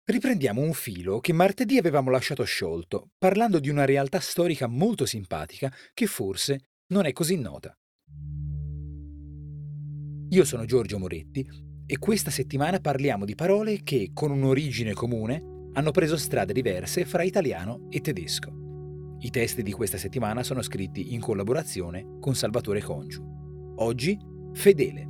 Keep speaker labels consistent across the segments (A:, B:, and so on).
A: Riprendiamo un filo che martedì avevamo lasciato sciolto, parlando di una realtà storica molto simpatica che forse non è così nota. Io sono Giorgio Moretti e questa settimana parliamo di parole che, con un'origine comune, hanno preso strade diverse fra italiano e tedesco. I testi di questa settimana sono scritti in collaborazione con Salvatore Congiu. Oggi, fedele.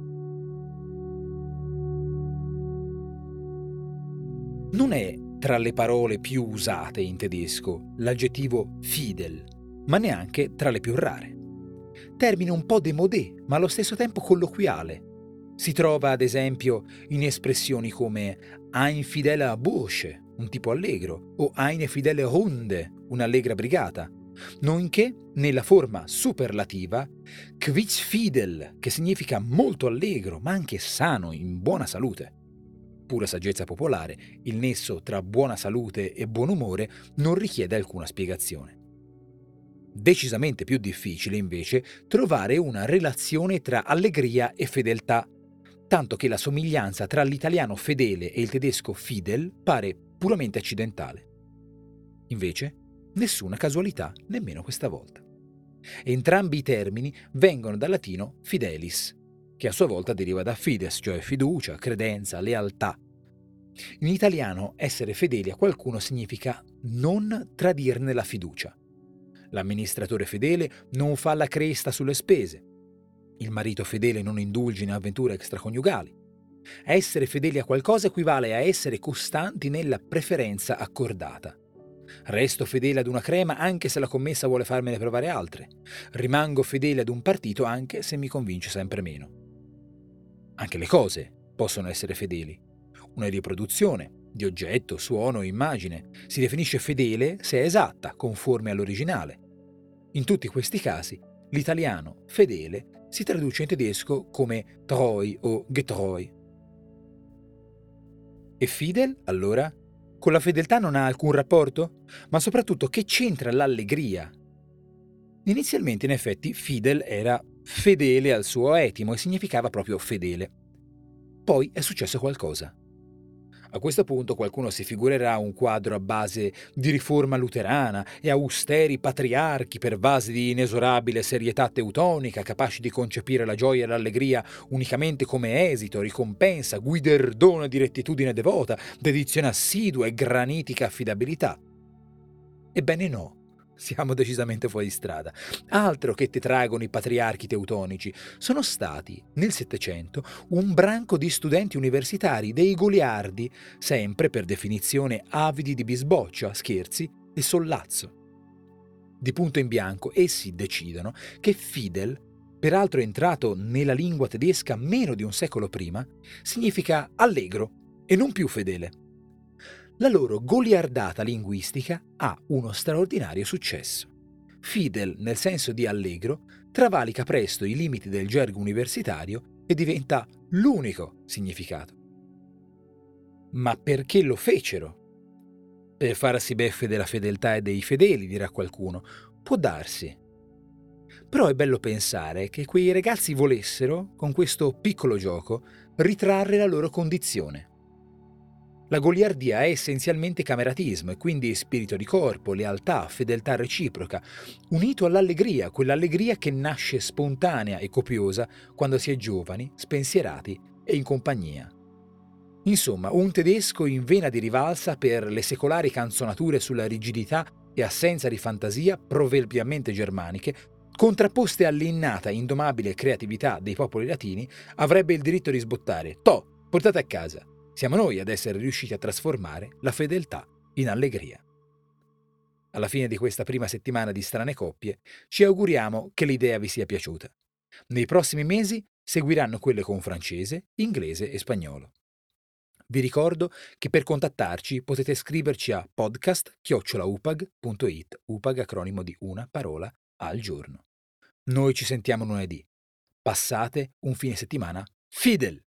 A: Non è tra le parole più usate in tedesco l'aggettivo fidel, ma neanche tra le più rare. Termine un po' démodé, ma allo stesso tempo colloquiale. Si trova ad esempio in espressioni come ein fideler Bursche, un tipo allegro, o eine fidele Hunde, un'allegra brigata, nonché nella forma superlativa quickfidel, che significa molto allegro, ma anche sano, in buona salute. Pura saggezza popolare, il nesso tra buona salute e buon umore non richiede alcuna spiegazione. Decisamente più difficile, invece, trovare una relazione tra allegria e fedeltà, tanto che la somiglianza tra l'italiano fedele e il tedesco fidel pare puramente accidentale. Invece, nessuna casualità nemmeno questa volta. Entrambi i termini vengono dal latino fidelis, che a sua volta deriva da fides, cioè fiducia, credenza, lealtà. In italiano essere fedeli a qualcuno significa non tradirne la fiducia. L'amministratore fedele non fa la cresta sulle spese. Il marito fedele non indulge in avventure extraconiugali. Essere fedeli a qualcosa equivale a essere costanti nella preferenza accordata. Resto fedele ad una crema anche se la commessa vuole farmene provare altre. Rimango fedele ad un partito anche se mi convince sempre meno. Anche le cose possono essere fedeli. Una riproduzione di oggetto, suono, immagine si definisce fedele se è esatta, conforme all'originale. In tutti questi casi, l'italiano fedele si traduce in tedesco come treu o getreu. E fidel, allora? Con la fedeltà non ha alcun rapporto? Ma soprattutto, che c'entra l'allegria? Inizialmente, in effetti, fidel era fedele al suo etimo e significava proprio fedele. Poi è successo qualcosa. A questo punto qualcuno si figurerà un quadro a base di riforma luterana e austeri patriarchi pervasi di inesorabile serietà teutonica, capaci di concepire la gioia e l'allegria unicamente come esito, ricompensa, guiderdone di rettitudine devota, dedizione assidua e granitica affidabilità. Ebbene no. Siamo decisamente fuori strada. Altro che tetragoni patriarchi teutonici. Sono stati, nel Settecento, un branco di studenti universitari, dei goliardi, sempre per definizione avidi di bisboccia, scherzi e sollazzo. Di punto in bianco, essi decidono che fidel, peraltro entrato nella lingua tedesca meno di un secolo prima, significa allegro e non più fedele. La loro goliardata linguistica ha uno straordinario successo. Fidel, nel senso di allegro, travalica presto i limiti del gergo universitario e diventa l'unico significato. Ma perché lo fecero? Per farsi beffe della fedeltà e dei fedeli, dirà qualcuno. Può darsi. Però è bello pensare che quei ragazzi volessero, con questo piccolo gioco, ritrarre la loro condizione. La goliardia è essenzialmente cameratismo e quindi spirito di corpo, lealtà, fedeltà reciproca, unito all'allegria, quell'allegria che nasce spontanea e copiosa quando si è giovani, spensierati e in compagnia. Insomma, un tedesco in vena di rivalsa per le secolari canzonature sulla rigidità e assenza di fantasia proverbialmente germaniche, contrapposte all'innata e indomabile creatività dei popoli latini, avrebbe il diritto di sbottare: «Toh, portate a casa! Siamo noi ad essere riusciti a trasformare la fedeltà in allegria». Alla fine di questa prima settimana di Strane Coppie, ci auguriamo che l'idea vi sia piaciuta. Nei prossimi mesi seguiranno quelle con francese, inglese e spagnolo. Vi ricordo che per contattarci potete scriverci a podcast@upag.it, upag acronimo di una parola al giorno. Noi ci sentiamo lunedì. Passate un fine settimana fidel!